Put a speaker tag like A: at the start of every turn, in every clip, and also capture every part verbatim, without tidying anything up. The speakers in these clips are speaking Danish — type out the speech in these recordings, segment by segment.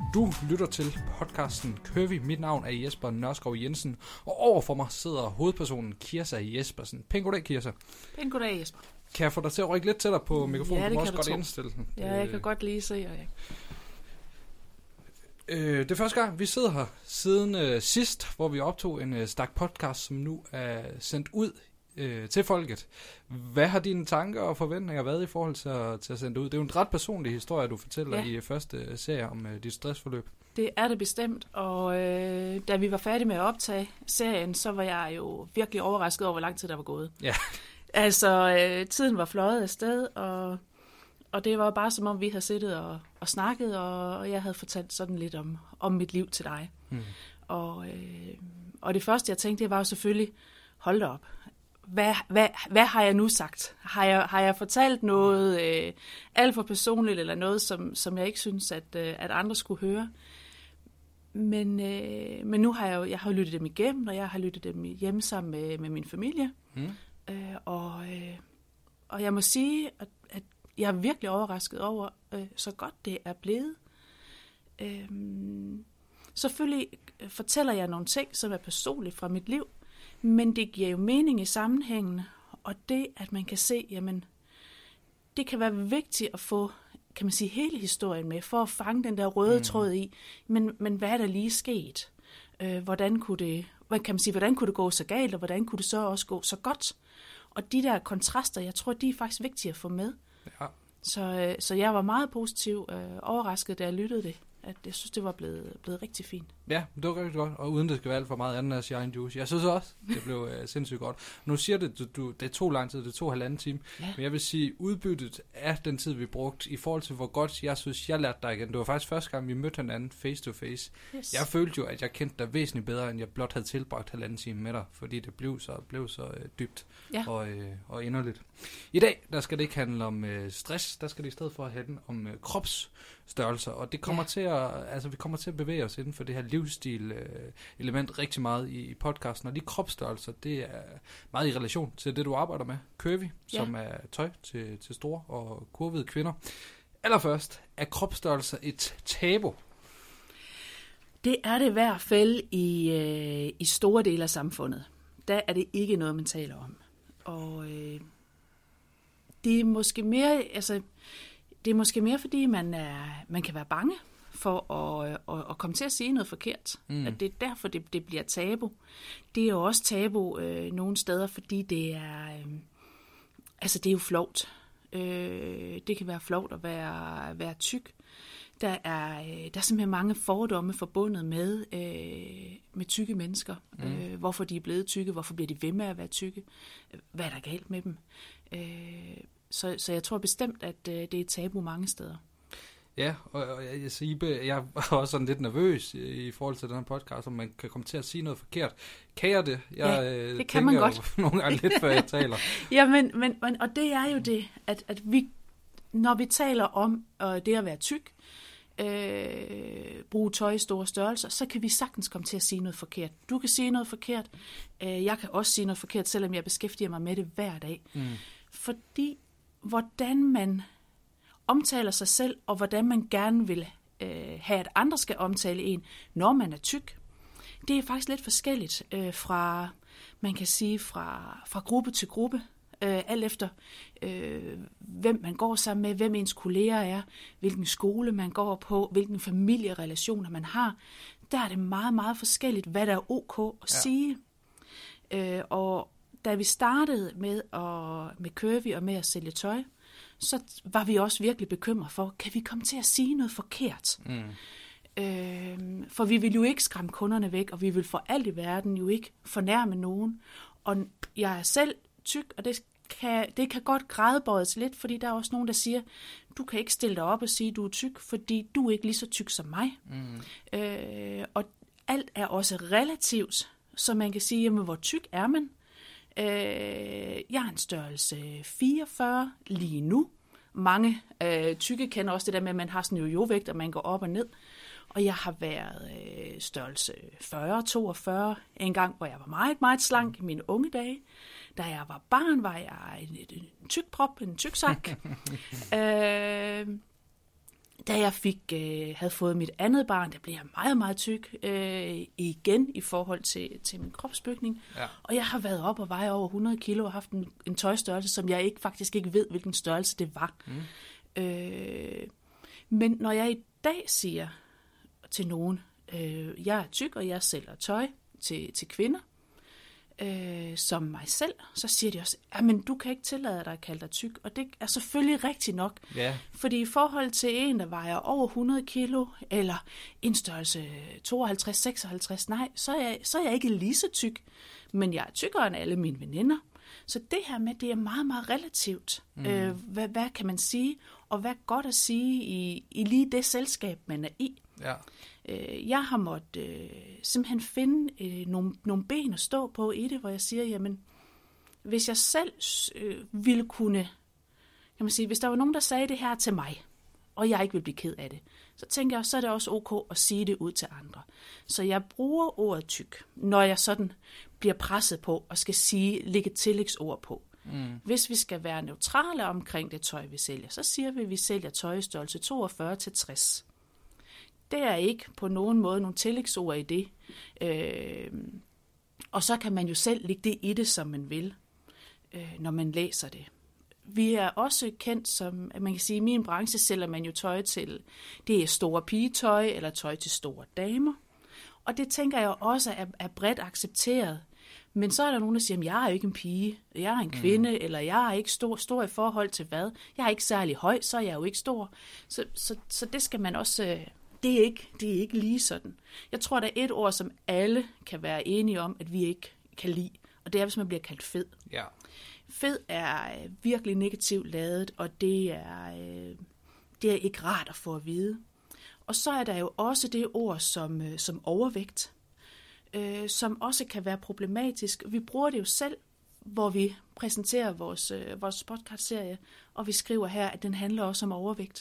A: Du lytter til podcasten Curvy. Mit navn er Jesper Nørskov Jensen, og overfor mig sidder hovedpersonen Kirsa Jespersen. Pæn goddag, Kirsa.
B: Pæn goddag, Jesper.
A: Kan jeg få dig til at rykke lidt tættere på mikrofonen?
B: Ja, det
A: du må
B: kan
A: også
B: du
A: godt
B: tro.
A: indstille den.
B: Ja, jeg kan godt lige se, og jeg...
A: Øh, det er første gang, vi sidder her siden øh, sidst, hvor vi optog en øh, stak podcast, som nu er sendt ud øh, til folket. Hvad har dine tanker og forventninger været i forhold til at, til at sende det ud? Det er jo en ret personlig historie, du fortæller ja. i første serie om øh, dit stressforløb.
B: Det er det bestemt, og øh, da vi var færdige med at optage serien, så var jeg jo virkelig overrasket over, hvor lang tid der var gået.
A: Ja.
B: Altså, øh, tiden var fløjet afsted, og, og det var bare som om, vi havde siddet og, og snakket, og, og jeg havde fortalt sådan lidt om, om mit liv til dig. Mm. Og, øh, og det første, jeg tænkte, det var jo selvfølgelig, hold da op. Hvad, hvad, hvad har jeg nu sagt? Har jeg, har jeg fortalt noget øh, alt for personligt, eller noget, som, som jeg ikke synes, at, øh, at andre skulle høre? Men, øh, men nu har jeg jo jeg har lyttet dem igennem, og jeg har lyttet dem hjemme sammen med, med min familie. Mm. Øh, og, øh, og jeg må sige, at, at jeg er virkelig overrasket over, øh, så godt det er blevet. Øh, selvfølgelig fortæller jeg nogle ting, som er personligt fra mit liv, men det giver jo mening i sammenhængen, og det, at man kan se, jamen, det kan være vigtigt at få, kan man sige, hele historien med, for at fange den der røde mm. tråd i, men, men hvad er der lige sket? Øh, hvordan kunne det, hvad kan man sige, hvordan kunne det gå så galt, og hvordan kunne det så også gå så godt? Og de der kontraster, jeg tror, de er faktisk vigtige at få med. Ja. Så, øh, så jeg var meget positiv øh, overrasket, da jeg lyttede det. At jeg synes, det var blevet, blevet rigtig fint.
A: Ja, det var rigtig godt, og uden det skal være alt for meget andet af Shine Juice. Jeg synes også, det blev uh, sindssygt godt. Nu siger det, du, du, det tog lang tid, det tog halvanden time, ja. Men jeg vil sige, udbyttet af den tid, vi brugte, i forhold til, hvor godt jeg synes, jeg lærte dig igen. Det var faktisk første gang, vi mødte hinanden face to face. Yes. Jeg følte jo, at jeg kendte dig væsentligt bedre, end jeg blot havde tilbragt halvanden time med dig, fordi det blev så, blev så uh, dybt ja. og, uh, og inderligt. I dag, der skal det ikke handle om uh, stress, der skal det i stedet for handle om uh, kropsstørrelser, og det kommer ja. til at altså vi kommer til at bevæge os inden for det her livsstil øh, element rigtig meget i, i podcasten, og de kropsstørrelser, det er meget i relation til det, du arbejder med, Curvy, ja. som er tøj til, til store og kurvede kvinder. Allerførst, er kropsstørrelser et tabu?
B: Det er det i hvert fald i, øh, i store dele af samfundet. Der er det ikke noget, man taler om. Og øh, det er måske mere, altså, det er måske mere, fordi man, er, man kan være bange for at, at, at komme til at sige noget forkert. Mm. At det er derfor, det, det bliver tabu. Det er jo også tabu øh, nogle steder, fordi det er, øh, altså det er jo flovt. Øh, det kan være flovt at være, være tyk. Der er, øh, der er simpelthen mange fordomme forbundet med, øh, med tykke mennesker. Mm. Øh, hvorfor de er blevet tykke, hvorfor bliver de ved med at være tykke, hvad er der galt med dem. Øh, så, så jeg tror bestemt, at øh, det er tabu mange steder.
A: Ja, og, og jeg, jeg, jeg var også sådan lidt nervøs i, i forhold til den her podcast, om man kan komme til at sige noget forkert. Kan jeg det? Jeg
B: ja, det kan man godt.
A: nogle gange lidt, før jeg taler.
B: Ja, men, men, men, og det er jo det, at, at vi, når vi taler om øh, det at være tyk, øh, bruge tøj i store størrelser, så kan vi sagtens komme til at sige noget forkert. Du kan sige noget forkert, øh, jeg kan også sige noget forkert, selvom jeg beskæftiger mig med det hver dag. Mm. Fordi, hvordan man omtaler sig selv, og hvordan man gerne vil øh, have, at andre skal omtale en, når man er tyk. Det er faktisk lidt forskelligt øh, fra, man kan sige, fra, fra gruppe til gruppe, øh, alt efter øh, hvem man går sammen med, hvem ens kolleger er, hvilken skole man går på, hvilken familierelationer man har. Der er det meget, meget forskelligt, hvad der er ok at ja. sige. Øh, og da vi startede med, at, med Curvy og med at sælge tøj, så var vi også virkelig bekymret for, kan vi komme til at sige noget forkert? Mm. Øh, for vi vil jo ikke skræmme kunderne væk, og vi vil for alt i verden jo ikke fornærme nogen. Og jeg er selv tyk, og det kan, det kan godt gradbøjes lidt, fordi der er også nogen, der siger, du kan ikke stille dig op og sige, du er tyk, fordi du er ikke lige så tyk som mig. Mm. Øh, og alt er også relativt, så man kan sige, jamen, hvor tyk er man? Jeg er en størrelse fireogfyrre lige nu. Mange øh, tykke kender også det der med, at man har sådan en jojo-vægt, og man går op og ned. Og jeg har været øh, størrelse fyrre, toogfyrre, en gang, hvor jeg var meget, meget slank i mine unge dage. Da jeg var barn, var jeg en, en tyk prop, en tyk sak. øh, da jeg fik, øh, havde fået mit andet barn, der blev jeg meget, meget tyk øh, igen i forhold til, til min kropsbygning. Ja. Og jeg har været op og vejet over hundrede kilo og haft en, en tøjstørrelse, som jeg ikke faktisk ikke ved, hvilken størrelse det var. Mm. Øh, men når jeg i dag siger til nogen, øh, jeg er tyk, og jeg sælger tøj til, til kvinder, Øh, som mig selv, så siger de også, men du kan ikke tillade dig at kalde dig tyk, og det er selvfølgelig rigtigt nok, yeah. fordi i forhold til en, der vejer over hundrede kilo, eller en størrelse tooghalvtreds seksoghalvtreds, nej, så er, jeg, så er jeg ikke lige så tyk, men jeg er tykkere end alle mine veninder. Så det her med, det er meget, meget relativt. Mm. Øh, hvad, hvad kan man sige, og hvad er godt at sige i, i lige det selskab, man er i. Ja. Øh, jeg har måttet øh, simpelthen finde øh, nogle, nogle ben at stå på i det, hvor jeg siger, jamen, hvis jeg selv øh, ville kunne, kan man sige, hvis der var nogen, der sagde det her til mig, og jeg ikke vil blive ked af det, så tænker jeg, så er det også ok at sige det ud til andre. Så jeg bruger ordet tyk, når jeg sådan bliver presset på og skal sige, lægge et tillægsord på. Mm. Hvis vi skal være neutrale omkring det tøj, vi sælger, så siger vi, at vi sælger tøj i størrelse toogfyrre til tres. Det er ikke på nogen måde nogle tillægsord i det. Øh, og så kan man jo selv lægge det i det, som man vil, øh, når man læser det. Vi er også kendt som, at man kan sige, i min branche sælger man jo tøj til, det er store pigetøj eller tøj til store damer. Og det tænker jeg også er, er bredt accepteret. Men så er der nogen, der siger, at jeg er jo ikke en pige, jeg er en kvinde, mm. eller jeg er ikke stor, stor i forhold til hvad. Jeg er ikke særlig høj, så er jeg jo ikke stor. Så, så, så det skal man også, det er, ikke, det er ikke lige sådan. Jeg tror, der er et ord, som alle kan være enige om, at vi ikke kan lide, og det er, hvis man bliver kaldt fed. Ja. Fed er virkelig negativt ladet, og det er, det er ikke rart at få at vide. Og så er der jo også det ord som, som overvægt, øh, som også kan være problematisk. Vi bruger det jo selv, hvor vi præsenterer vores, øh, vores podcast-serie, og vi skriver her, at den handler også om overvægt.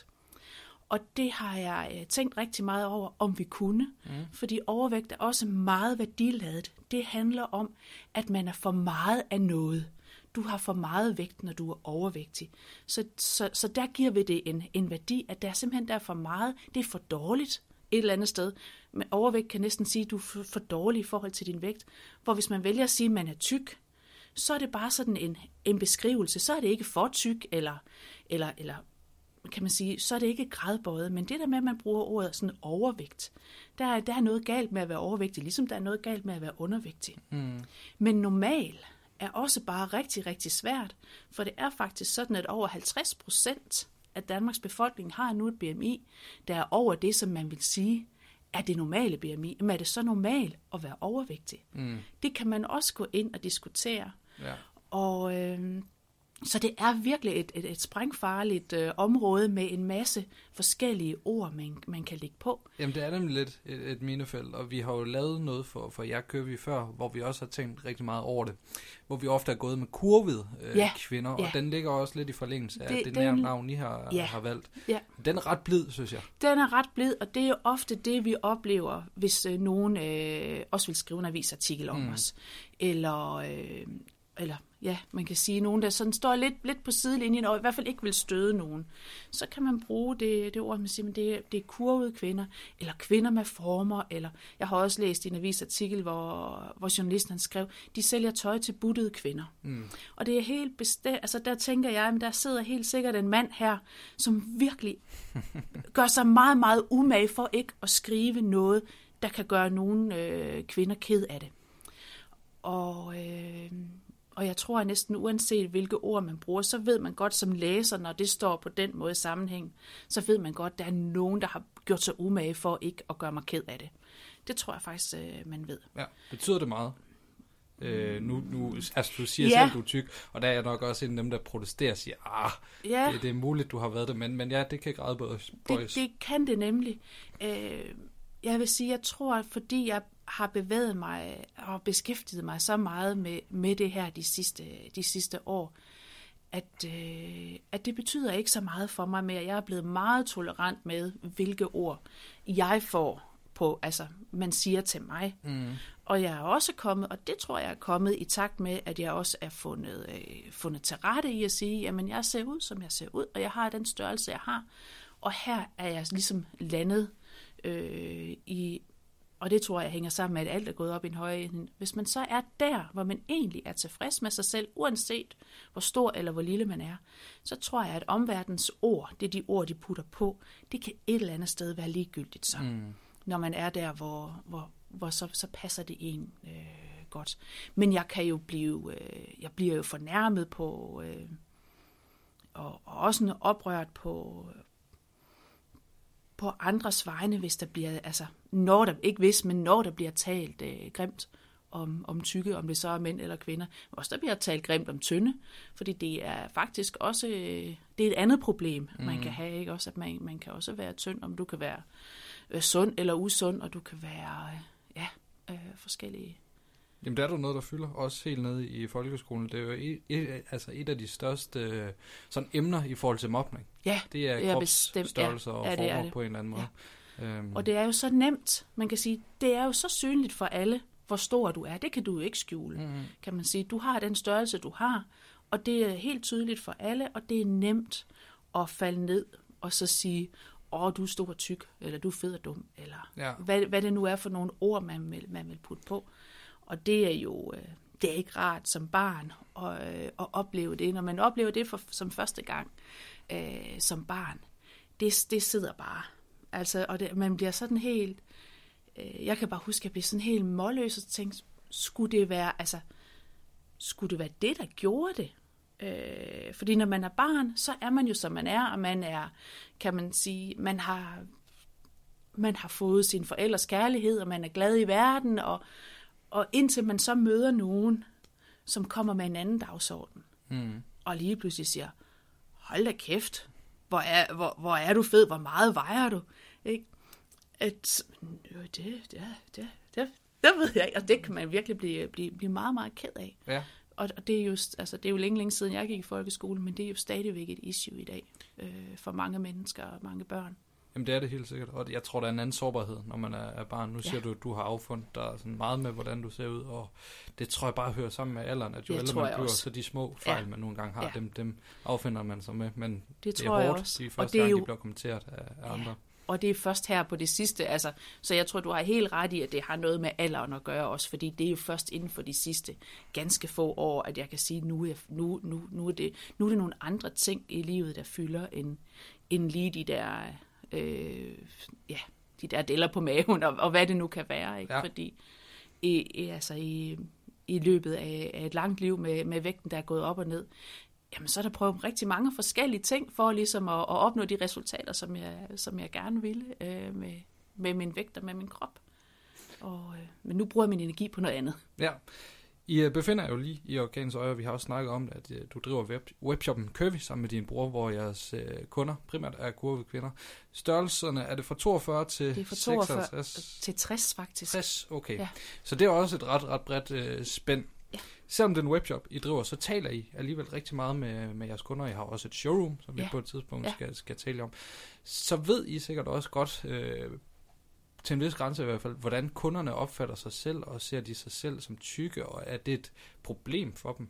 B: Og det har jeg tænkt rigtig meget over, om vi kunne, mm. fordi overvægt er også meget værdiladet. Det handler om, at man er for meget af noget. Du har for meget vægt, når du er overvægtig. Så, så, så der giver vi det en, en værdi, at der simpelthen der er for meget. Det er for dårligt et eller andet sted. Men overvægt kan næsten sige, at du er for, for dårlig i forhold til din vægt. Hvor hvis man vælger at sige, at man er tyk, så er det bare sådan en, en beskrivelse. Så er det ikke for tyk, eller, eller, eller kan man sige, så er det ikke gradbøjet. Men det der med, at man bruger ordet sådan overvægt, der er, der er noget galt med at være overvægtig, ligesom der er noget galt med at være undervægtig. Mm. Men normal er også bare rigtig, rigtig svært, for det er faktisk sådan, at over halvtreds procent af Danmarks befolkning har nu et B M I, der er over det, som man vil sige, er det normale B M I. Men er det så normalt at være overvægtig? Mm. Det kan man også gå ind og diskutere. Ja. Og øh, så det er virkelig et, et, et sprængfarligt øh, område med en masse forskellige ord, man, man kan lægge på. Jamen det er nemlig lidt et, et minefelt, og vi har jo lavet noget for, for jer kører vi før, hvor vi også har tænkt rigtig meget over det. Hvor vi ofte er gået med kurvede øh, ja. kvinder, og ja. den ligger også lidt i forlængelse af det, det den, navn, I har, ja. har valgt. Ja. Den er ret blid, synes jeg. Den er ret blid, og det er jo ofte det, vi oplever, hvis øh, nogen øh, også vil skrive en avisartikel om mm. os. Eller... Øh, eller ja, man kan sige, nogen, der sådan står lidt, lidt på sidelinjen, og i hvert fald ikke vil støde nogen, så kan man bruge det, det ord, man siger, men det, det er kurvede kvinder, eller kvinder med former, eller jeg har også læst i en avisartikel, hvor, hvor journalisten skrev, de sælger tøj til buttede kvinder. Mm. Og det er helt bestemt, altså der tænker jeg, at der sidder helt sikkert en mand her, som virkelig gør sig meget, meget umage for ikke at skrive noget, der kan gøre nogle øh, kvinder ked af det. Og... Øh, Og jeg tror, at næsten uanset hvilke ord man bruger, så ved man godt som læser, når det står på den måde i sammenhæng, så ved man godt, at der er nogen, der har gjort sig umage for ikke at gøre mig ked af det. Det tror jeg faktisk, man ved. Ja, betyder det meget? Øh, nu, nu, altså du siger ja. selv, du er tyk, og der er jeg nok også en af dem, der protesterer og siger, ah, ja. det, det er muligt, du har været det, men, men ja, det kan gradbøjes. Det, det kan det nemlig. Øh, jeg vil sige, jeg tror, fordi jeg har bevæget mig og beskæftiget mig så meget med, med det her de sidste, de sidste år, at, øh, at det betyder ikke så meget for mig mere. Jeg er blevet meget tolerant med, hvilke ord jeg får på, altså man siger til mig. Mm. Og jeg er også kommet, og det tror jeg er kommet i takt med, at jeg også er fundet, øh, fundet til rette i at sige, jamen jeg ser ud, som jeg ser ud, og jeg har den størrelse, jeg har. Og her er jeg ligesom landet øh, i, og det tror jeg hænger sammen med, at alt er gået op i en højere enhed. Hvis man så er der, hvor man egentlig er tilfreds med sig selv, uanset hvor stor eller hvor lille man er, så tror jeg, at omverdens ord, det er de ord, de putter på, det kan et eller andet sted være ligegyldigt så. Mm. Når man er der, hvor, hvor, hvor så, så passer det en øh, godt. Men jeg kan jo blive, øh, jeg bliver jo fornærmet på, øh, og, og også oprørt på, på andres vegne, hvis der bliver, altså, når der, ikke hvis, men når der bliver talt øh, grimt om, om tykke, om det så er mænd eller kvinder. Også der bliver talt grimt om tynde, fordi det er faktisk også, øh, det er et andet problem, mm. man kan have, ikke? Også, at man, man kan også være tynd, om du kan være øh, sund eller usund, og du kan være, øh, ja, øh, forskellige.
A: Jamen, der er der noget, der fylder, også helt nede i folkeskolen. Det er jo et, et, altså et af de største øh, sådan emner i forhold til mobning.
B: Ja,
A: det er kropsstørrelser ja, og
B: ja,
A: former på en eller anden måde.
B: Ja. Øhm. Og det er jo så nemt, man kan sige, det er jo så synligt for alle, hvor stor du er. Det kan du jo ikke skjule, mm-hmm. kan man sige. Du har den størrelse, du har, og det er helt tydeligt for alle, og det er nemt at falde ned og så sige, åh, du er stor og tyk, eller du er fed og dum, eller ja. hvad, hvad det nu er for nogle ord, man vil, man vil putte på. Og det er jo det er ikke rart som barn at, at opleve det. Når man oplever det for, som første gang øh, som barn, det, det sidder bare. Altså, og det, man bliver sådan helt, øh, jeg kan bare huske, at jeg blev sådan helt målløs og tænkte, skulle det være, altså, skulle det være det, der gjorde det? Øh, fordi når man er barn, så er man jo som man er, og man er, kan man sige, man har, man har fået sin forældres kærlighed, og man er glad i verden, og Og indtil man så møder nogen, som kommer med en anden dagsorden, mm. og lige pludselig siger, hold da kæft, hvor er, hvor, hvor er du fed, hvor meget vejer du? Ikke? At, det, det, det, det, det ved jeg ikke, og det kan man virkelig blive, blive, blive meget, meget ked af. Ja. Og, og det er just, altså det er jo længe, længe siden, jeg gik i folkeskole, men det er jo stadigvæk et issue i dag øh, for mange mennesker og mange børn.
A: Jamen det er det helt sikkert, og jeg tror, der er en anden sårbarhed, når man er barn. Nu siger ja. du, at du har affundet dig sådan meget med, hvordan du ser ud, og det tror jeg bare hører sammen med alderen, at jo ældre man bliver, så de små fejl, ja. man nogle gange har, ja. dem, dem affinder man sig med, men det, det er hårdt, de første gang, jo... de bliver kommenteret af, af andre.
B: Ja. Og det er først her på det sidste, altså, så jeg tror, du har helt ret i, at det har noget med alderen at gøre også, fordi det er jo først inden for de sidste ganske få år, at jeg kan sige, nu er, nu, nu, nu er, det, nu er det nogle andre ting i livet, der fylder, end, end lige de der... Øh, ja, de der deller på maven, og, og hvad det nu kan være, ikke? Ja. Fordi i, i, altså i, i løbet af, af et langt liv med, med vægten, der er gået op og ned, jamen så er der prøvet rigtig mange forskellige ting for ligesom at, at opnå de resultater, som jeg, som jeg gerne ville øh, med, med min vægt og med min krop. Og, øh, men nu bruger jeg min energi på noget andet.
A: Ja. I befinder jer jo lige i Orkanens Øje, og vi har også snakket om, at du driver web, webshoppen Curvy sammen med din bror, hvor jeres kunder primært er kurvede kvinder. Størrelserne, er det fra toogfyrre til
B: det er fra toogfyrre seksoghalvtreds? Til tres faktisk.
A: tres, okay. Ja. Så det er også et ret, ret bredt øh, spænd. Ja. Selvom den webshop, I driver, så taler I alligevel rigtig meget med, med jeres kunder. I har også et showroom, som vi ja. på et tidspunkt ja. skal, skal tale om. Så ved I sikkert også godt... Øh, til en vis grænse i hvert fald, hvordan kunderne opfatter sig selv, og ser de sig selv som tykke, og er det et problem for dem?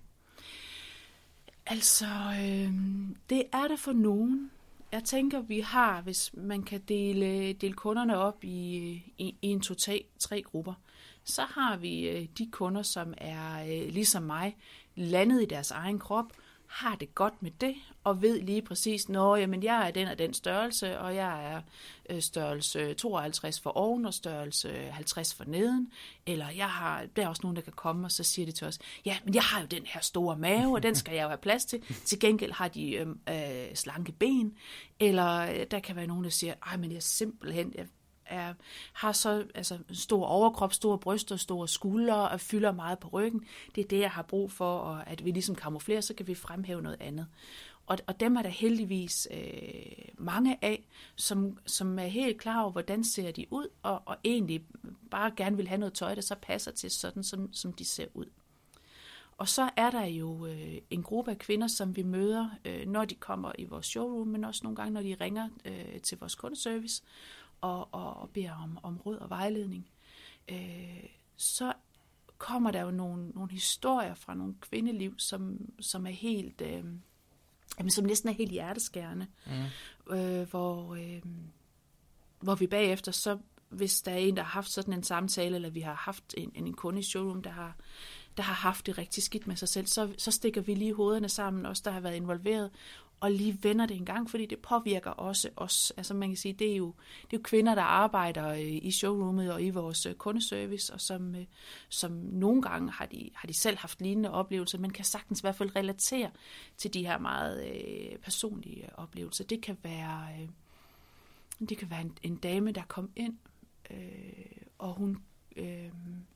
B: Altså, øh, det er det for nogen. Jeg tænker, vi har, hvis man kan dele, dele kunderne op i, i, i en, to, tre, tre grupper, så har vi øh, de kunder, som er øh, ligesom mig, landet i deres egen krop, har det godt med det, og ved lige præcis, når jamen, jeg er den og den størrelse, og jeg er øh, størrelse tooghalvtreds for oven, og størrelse halvtreds for neden, eller jeg har, der er også nogen, der kan komme, og så siger de til os, ja, men jeg har jo den her store mave, og den skal jeg jo have plads til, til gengæld har de øh, øh, slanke ben, eller øh, der kan være nogen, der siger, ej, men jeg er simpelthen, jeg Er, har så altså, stor overkrop, store bryster, store skuldre og fylder meget på ryggen. Det er det, jeg har brug for, og at vi ligesom kamuflerer, så kan vi fremhæve noget andet. Og, og dem er der heldigvis øh, mange af, som, som er helt klar over, hvordan ser de ud, og, og egentlig bare gerne vil have noget tøj, der så passer til sådan, som, som de ser ud. Og så er der jo øh, en gruppe af kvinder, som vi møder, øh, når de kommer i vores showroom, men også nogle gange, når de ringer øh, til vores kundeservice, Og, og, og beder om, om råd og vejledning, øh, så kommer der jo nogle, nogle historier fra nogle kvindeliv, som, som er helt, øh, jamen, som næsten er helt hjerteskærende, mm. øh, hvor, øh, hvor vi bagefter, så hvis der er en, der har haft sådan en samtale, eller vi har haft en, en kunde i showroom, der har, der har haft det rigtig skidt med sig selv, så, så stikker vi lige hovederne sammen, os der har været involveret, og lige vender det en gang, fordi det påvirker også os. Altså man kan sige, det er jo, det er jo kvinder, der arbejder i showroomet og i vores kundeservice, og som, som nogle gange har de, har de selv haft lignende oplevelser, men kan sagtens i hvert fald relatere til de her meget øh, personlige oplevelser. Det kan være, øh, det kan være en, en dame, der kom ind, øh, og hun... Øh,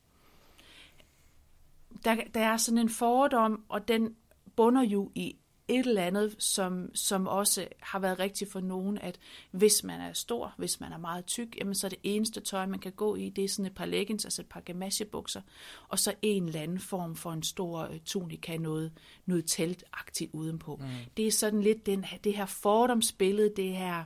B: der, der er sådan en fordom, og den bunder jo i et eller andet, som, som også har været rigtigt for nogen, at hvis man er stor, hvis man er meget tyk, jamen så er det eneste tøj, man kan gå i, det er sådan et par leggings, altså et par gamasjebukser, og så en eller anden form for en stor uh, tunika, noget, noget teltagtigt udenpå. Mm. Det er sådan lidt den, det her fordomsbillede, det her,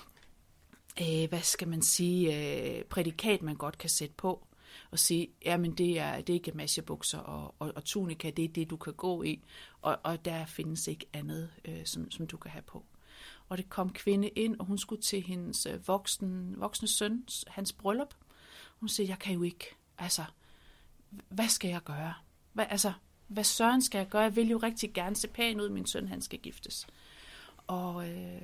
B: øh, hvad skal man sige, øh, prædikat, man godt kan sætte på, og sige, jamen det er, det er gamasjebukser og, og, og tunika, det er det, du kan gå i, og, og der findes ikke andet, øh, som, som du kan have på. Og det kom kvinde ind, og hun skulle til hendes øh, voksne, voksne søn, hans bryllup. Hun siger, jeg kan jo ikke, altså, hvad skal jeg gøre? Hvad, altså, hvad søren skal jeg gøre? Jeg vil jo rigtig gerne se pæn ud, min søn, han skal giftes. Og, øh,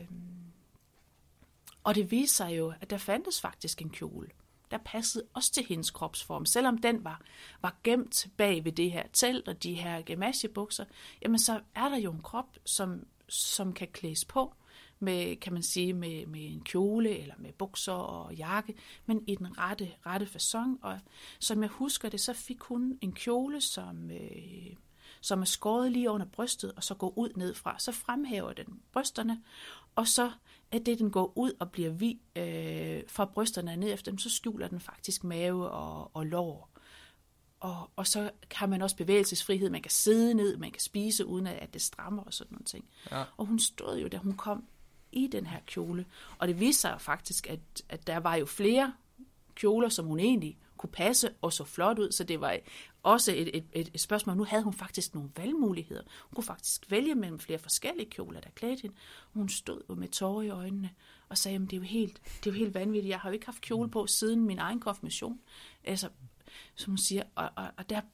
B: og det viser sig jo, at der fandtes faktisk en kjole, der passede også til hendes kropsform. Selvom den var, var gemt bag ved det her telt og de her gamasjebukser, jamen så er der jo en krop, som, som kan klædes på med, kan man sige, med, med en kjole eller med bukser og jakke, men i den rette, rette facon. Og som jeg husker det, så fik hun en kjole, som, øh, som er skåret lige under brystet og så går ud nedfra. Så fremhæver den brysterne, og så at det, den går ud og bliver vid øh, fra brysterne ned efter dem, så skjuler den faktisk mave og, og lår. Og, og så har man også bevægelsesfrihed. Man kan sidde ned, man kan spise, uden at det strammer og sådan nogle ting. Ja. Og hun stod jo, da hun kom i den her kjole. Og det viste sig faktisk, at, at der var jo flere kjoler, som hun egentlig kunne passe og så flot ud. Så det var også et, et, et spørgsmål. Nu havde hun faktisk nogle valgmuligheder. Hun kunne faktisk vælge mellem flere forskellige kjoler, der klædte hende. Hun stod jo med tårer i øjnene og sagde, det er jo helt, det er jo helt vanvittigt. Jeg har jo ikke haft kjole på siden min egen konfirmation. Altså, som hun siger, og, og, og der,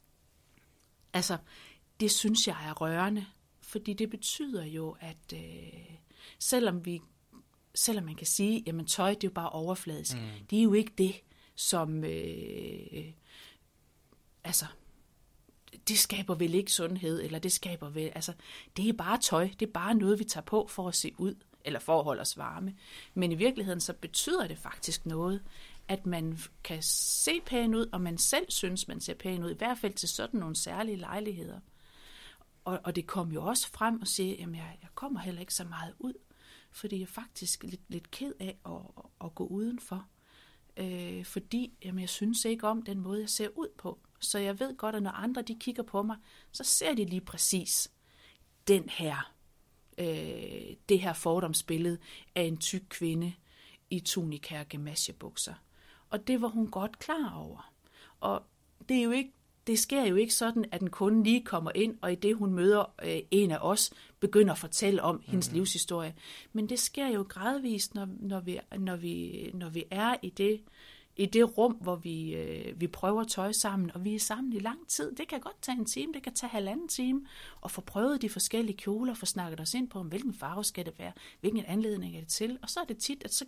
B: altså, det synes jeg er rørende, fordi det betyder jo, at øh, selvom vi, selvom man kan sige, jamen tøj, det er jo bare overfladisk, mm. det er jo ikke det, som, øh, altså, det skaber vel ikke sundhed, eller det skaber vel, altså, det er bare tøj, det er bare noget, vi tager på for at se ud, eller for at holde os varme. Men i virkeligheden, så betyder det faktisk noget, at man kan se pæn ud, og man selv synes, man ser pæn ud, i hvert fald til sådan nogle særlige lejligheder. Og, og det kom jo også frem og sige, jamen jeg, jeg kommer heller ikke så meget ud, fordi jeg er faktisk lidt, lidt ked af at, at, at gå udenfor. Øh, fordi jamen, jeg synes ikke om den måde, jeg ser ud på. Så jeg ved godt, at når andre de kigger på mig, så ser de lige præcis den her, øh, det her fordomsbillede af en tyk kvinde i tunika og gamasjebukser. Og det var hun godt klar over. Og det er jo ikke, det sker jo ikke sådan, at en kunde lige kommer ind, og i det hun møder øh, en af os, begynder at fortælle om hendes mm-hmm. livshistorie. Men det sker jo gradvist, når, når, vi, når, vi, når vi er i det, i det rum, hvor vi, øh, vi prøver tøj sammen, og vi er sammen i lang tid. Det kan godt tage en time, det kan tage halvanden time, og få prøvet de forskellige kjoler, få snakket os ind på, om hvilken farve skal det være, hvilken anledning er det til. Og så er det tit, at så,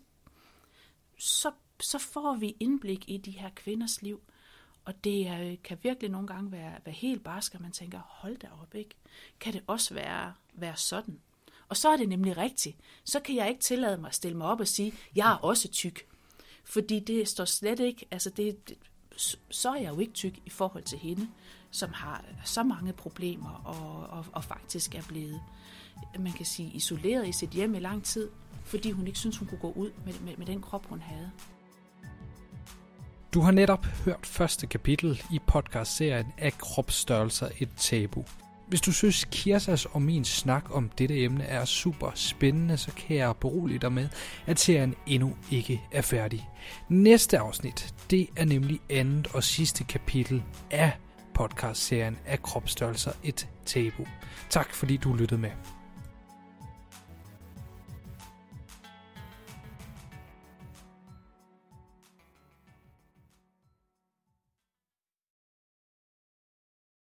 B: så, så får vi indblik i de her kvinders liv. Og det kan virkelig nogle gange være, være helt barsk, at man tænker, hold da op, ikke? Kan det også være, være sådan? Og så er det nemlig rigtigt. Så kan jeg ikke tillade mig at stille mig op og sige, jeg er også tyk. Fordi det står slet ikke, altså det, det, så er jeg jo ikke tyk i forhold til hende, som har så mange problemer og, og, og faktisk er blevet, man kan sige, isoleret i sit hjem i lang tid, fordi hun ikke synes, hun kunne gå ud med, med, med den krop, hun havde.
A: Du har netop hørt første kapitel i podcastserien af Kropsstørrelser et tabu. Hvis du synes, Kirsas og min snak om dette emne er super spændende, så kan jeg berolige dig med, at serien endnu ikke er færdig. Næste afsnit, det er nemlig andet og sidste kapitel af podcastserien af Kropsstørrelser et tabu. Tak fordi du lyttede med.